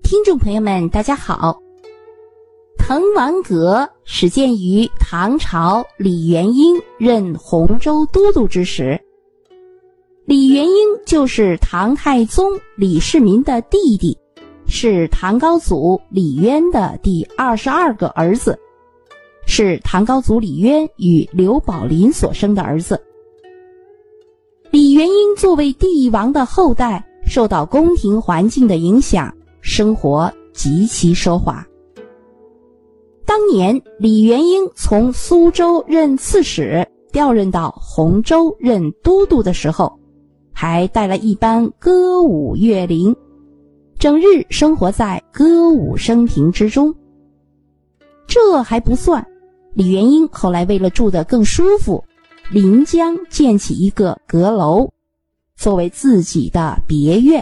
听众朋友们大家好。滕王阁始建于唐朝李元婴任洪州都督之时。李元婴就是唐太宗李世民的弟弟，是唐高祖李渊的第22个儿子，是唐高祖李渊与刘宝林所生的儿子。李元婴作为帝王的后代，受到宫廷环境的影响，生活极其奢华。当年李元婴从苏州任刺史调任到洪州任都督的时候，还带了一班歌舞乐伶，整日生活在歌舞升平之中。这还不算，李元婴后来为了住得更舒服，临江建起一个阁楼，作为自己的别院。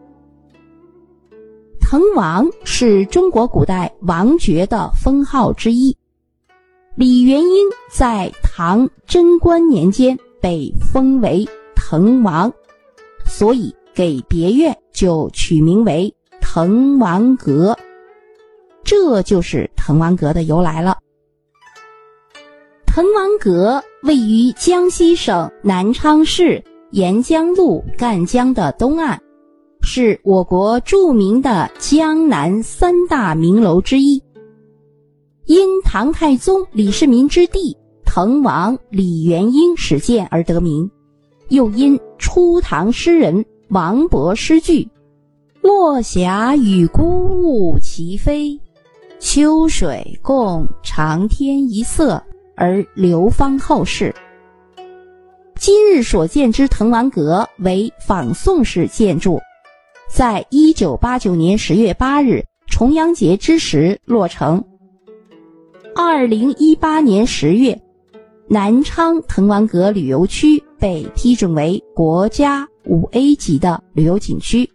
滕王是中国古代王爵的封号之一，李元婴在唐贞观年间被封为滕王，所以给别院就取名为滕王阁，这就是滕王阁的由来了。滕王阁位于江西省南昌市沿江路赣江的东岸，是我国著名的江南三大名楼之一。因唐太宗李世民之弟滕王李元婴始建而得名，又因初唐诗人王勃诗句“落霞与孤鹜齐飞，秋水共长天一色”而流芳后世。今日所见之滕王阁为仿宋式建筑，在1989年10月8日重阳节之时落成。2018年10月，南昌滕王阁旅游区被批准为国家5A 级的旅游景区。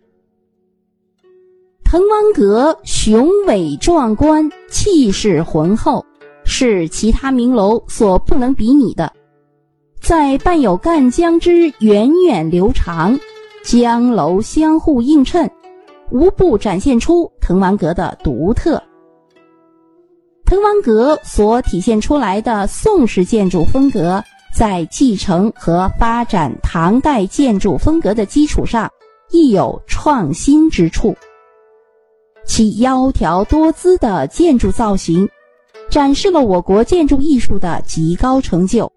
滕王阁雄伟壮观，气势浑厚，是其他名楼所不能比拟的。在伴有赣江之源远流长，江楼相互映衬，无不展现出滕王阁的独特。滕王阁所体现出来的宋式建筑风格，在继承和发展唐代建筑风格的基础上，亦有创新之处。其窈窕多姿的建筑造型，展示了我国建筑艺术的极高成就。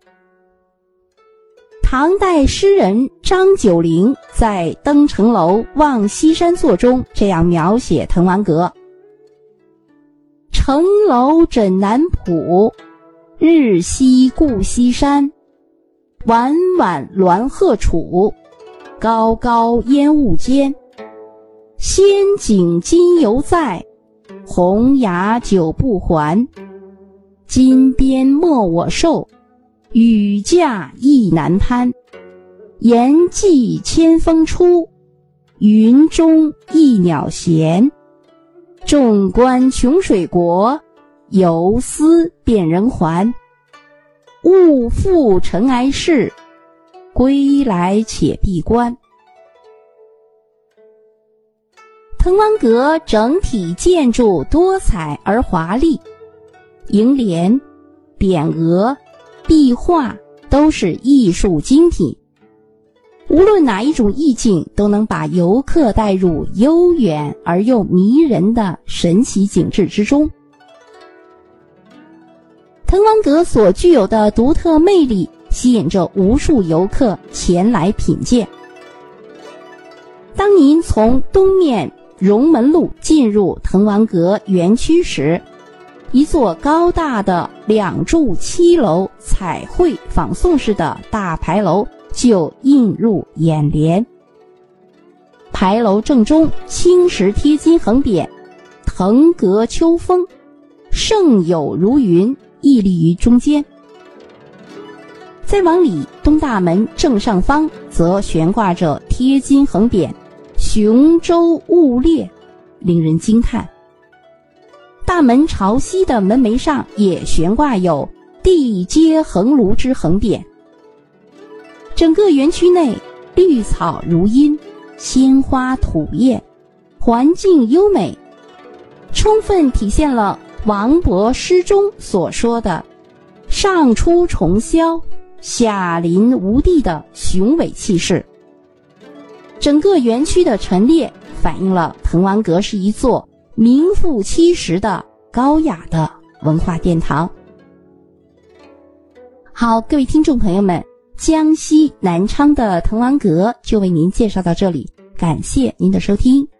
唐代诗人张九龄在《登城楼望西山作》中这样描写滕王阁：城楼枕南浦，日西顾西山，晚晚鸾鹤处，高高烟雾间，仙景今犹在，红崖久不还，金鞭莫我受，羽架亦难攀，岩际千峰出，云中一鸟闲，纵观穷水国，游思遍人寰，勿负尘埃事，归来且闭关。滕王阁整体建筑多彩而华丽，楹联、匾额、壁画都是艺术精品，无论哪一种意境都能把游客带入悠远而又迷人的神奇景致之中。滕王阁所具有的独特魅力，吸引着无数游客前来品鉴。当您从东面荣门路进入滕王阁园区时，一座高大的2柱7楼彩绘仿宋式的大牌楼就映入眼帘。牌楼正中青石贴金横匾“滕阁秋风”，胜友如云屹立于中间。再往里东大门正上方则悬挂着贴金横匾“雄州雾列”，令人惊叹。大门朝西的门楣上也悬挂有“地接衡庐”之横匾。整个园区内绿草如茵，鲜花吐艳，环境优美， 充分体现了王勃诗中所说的上出重霄，下临无地的雄伟气势。整个园区的陈列反映了滕王阁是一座名副其实的高雅的文化殿堂。好，各位听众朋友们，江西南昌的滕王阁就为您介绍到这里，感谢您的收听。